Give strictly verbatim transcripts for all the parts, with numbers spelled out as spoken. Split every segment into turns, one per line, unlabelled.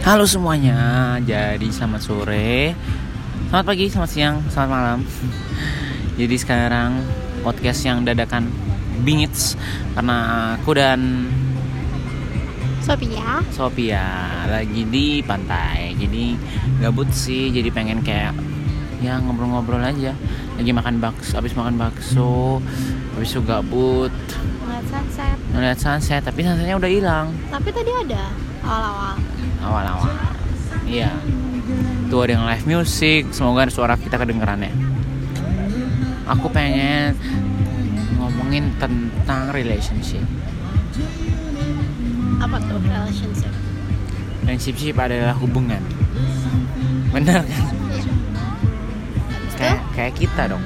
Halo semuanya, jadi selamat sore, selamat pagi, selamat siang, selamat malam. Jadi sekarang podcast yang dadakan bingits karena aku dan
Sophia
Sophia lagi di pantai. Jadi gabut sih, jadi pengen kayak ya ngobrol-ngobrol aja. Lagi makan bakso, habis makan bakso, habis itu gabut
ngeliat sunset.
ngeliat sunset, tapi sunsetnya udah hilang
Tapi tadi ada awal-awal.
awal-awal. Iya. Tuh ada yang live music, semoga suara kita kedengeran ya. Aku pengen ngomongin tentang relationship.
Apa tuh relationship?
Relationship adalah hubungan. Bener kan?
Iya.
Kayak kayak kita dong.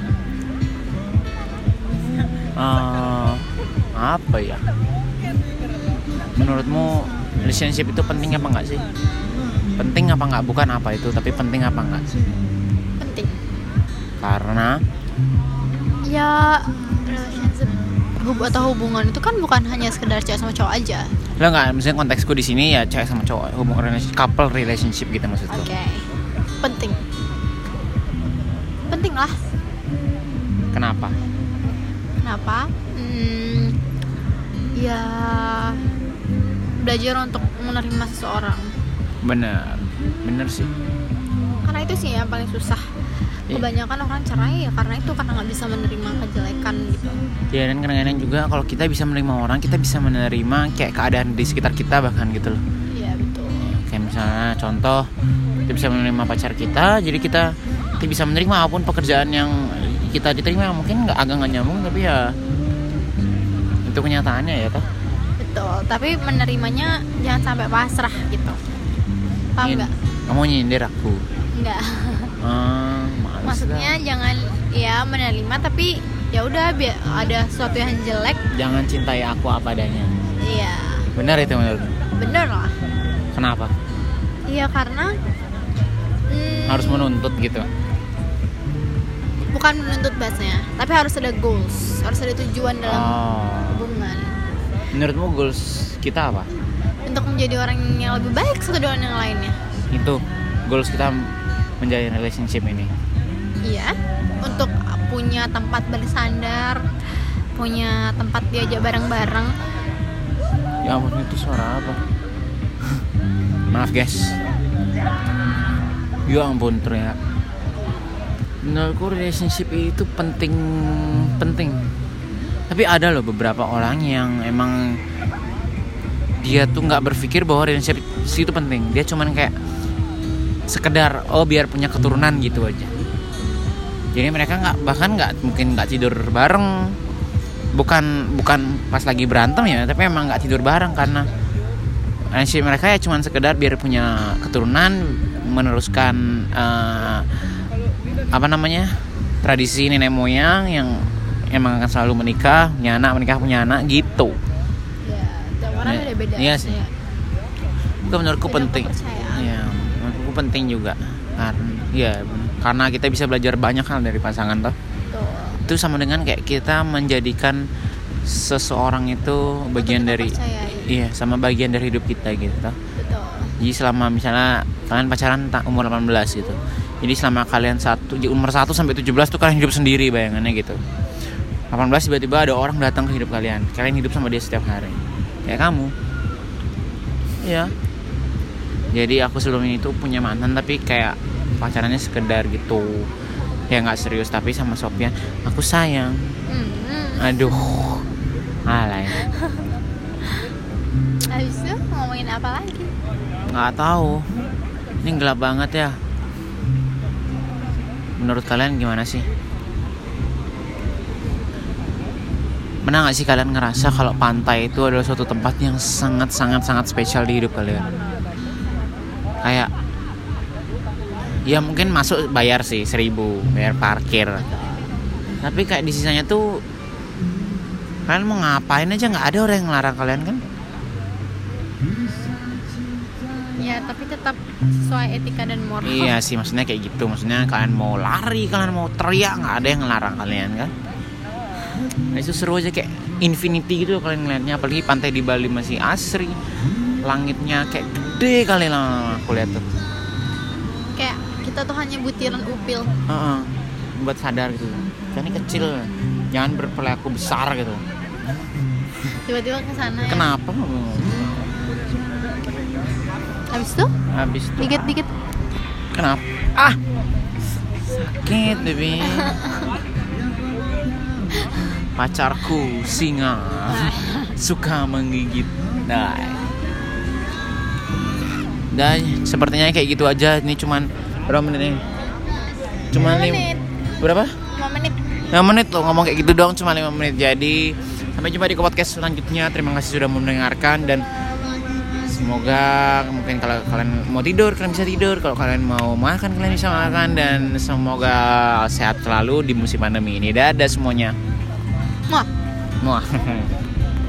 Uh, apa ya? Menurutmu relationship itu penting apa enggak sih? Penting apa enggak? Bukan apa itu, tapi penting apa enggak?
Penting.
Karena
Ya relationship hub atau hubungan itu kan bukan hanya sekedar cewek sama cowok aja.
lo enggak, misalnya konteksku di sini ya cewek sama cowok, hubungan relationship, couple relationship gitu maksudku.
Oke. Penting. Penting lah.
Kenapa?
Kenapa? Hmm, ya belajar untuk menerima seseorang.
Bener, bener sih.
Karena itu sih yang paling susah. Kebanyakan orang cerai ya karena itu, karena nggak bisa menerima kejelekan gitu.
Ya dan kadang-kadang juga kalau kita bisa menerima orang, kita bisa menerima kayak keadaan di sekitar kita bahkan gitu loh.
Iya betul.
Kayak misalnya contoh, kita bisa menerima pacar kita, jadi kita kita bisa menerima apapun pekerjaan yang kita diterima, mungkin nggak agak nggak nyambung, tapi ya itu kenyataannya ya toh.
Betul, tapi menerimanya jangan sampai pasrah gitu. Paham nggak?
Kamu nyindir aku.
Nggak.
Ah, males
Maksudnya
dah.
jangan ya menerima, tapi ya udah biar ada sesuatu yang jelek.
Jangan cintai aku apa adanya.
Iya.
Benar itu menurutmu?
Bener lah.
Kenapa?
Iya karena hmm,
Harus menuntut gitu.
bukan menuntut bahasanya, tapi harus ada goals, harus ada tujuan dalam
Oh.
hubungan.
Menurutmu goals kita apa?
Untuk menjadi orang yang lebih baik satu dengan yang lainnya.
Itu goals kita menjalin relationship ini.
Iya, untuk punya tempat bersandar, punya tempat diajak bareng-bareng.
Ya ampun, itu suara apa? Maaf guys. Ya ampun, ternyata menurutku relationship itu penting penting. Tapi ada loh beberapa orang yang emang dia tuh nggak berpikir bahwa relationship itu penting. Dia cuman kayak sekedar oh biar punya keturunan gitu aja. Jadi mereka nggak, bahkan nggak, mungkin nggak tidur bareng, bukan bukan pas lagi berantem ya, tapi emang nggak tidur bareng karena relationship mereka ya cuman sekedar biar punya keturunan, meneruskan uh, apa namanya tradisi nenek moyang yang emang akan selalu menikah, punya anak, menikah, punya anak gitu.
Ya, tiap orang
Ya,
beda-beda.
iya sih.
Ya.
Itu menurutku
Beda
penting.
kepercayaan.
Ya, menurutku penting juga. Karena ya karena kita bisa belajar banyak hal dari pasangan toh.
Betul.
Itu sama dengan kayak kita menjadikan seseorang itu bagian
Untuk kita
dari
percayai.
iya, sama bagian dari hidup kita gitu toh.
Betul.
Jadi selama misalnya kalian pacaran ta- umur delapan belas gitu. Jadi selama kalian satu umur satu sampai tujuh belas tuh kalian hidup sendiri bayangannya gitu. delapan belas tiba-tiba ada orang datang ke hidup kalian. Kalian hidup sama dia setiap hari. Kayak kamu. Iya. Jadi aku sebelum ini tuh punya mantan tapi kayak pacarannya sekedar gitu. Ya enggak serius, tapi sama Sophia aku sayang.
Hmm.
Aduh. Alay.
Habis itu ngomongin apa lagi?
Enggak tahu. Ini gelap banget ya. Menurut kalian gimana sih? Pernah gak sih kalian ngerasa kalau pantai itu adalah suatu tempat yang sangat-sangat-sangat spesial di hidup kalian? Kayak ya mungkin masuk bayar sih seribu, bayar parkir. Tapi kayak di sisanya tuh kalian mau ngapain aja gak ada orang yang ngelarang kalian kan?
Ya tapi tetap sesuai etika dan moral.
Iya sih, maksudnya kayak gitu. Maksudnya kalian mau lari, kalian mau teriak, gak ada yang ngelarang kalian kan? Nah, itu seru aja, kayak infinity gitu loh kalian ngeliatnya. Apalagi pantai di Bali masih asri, langitnya kayak gede kali lah aku lihat tuh.
Kayak kita tuh hanya butiran upil.
Uh-uh. Buat sadar gitu. Kan ini kecil, jangan berperilaku besar gitu.
Tiba-tiba ke sana ya.
Kenapa?
Habis itu?
Habis itu.
Dikit-dikit.
Kenapa? Ah. Sakit, baby. Pacarku singa suka menggigit. Nah. Dan sepertinya kayak gitu aja. Ini cuman berapa menit nih? Cuman
lima
lim-
menit.
berapa?
lima menit.
lima menit loh, ngomong kayak gitu dong, cuma lima menit. Jadi sampai jumpa di podcast selanjutnya. Terima kasih sudah mendengarkan dan semoga mungkin kalau kalian mau tidur kalian bisa tidur, kalau kalian mau makan kalian bisa makan, dan semoga sehat selalu di musim pandemi ini. Dadah semuanya.
Muah.
Muah.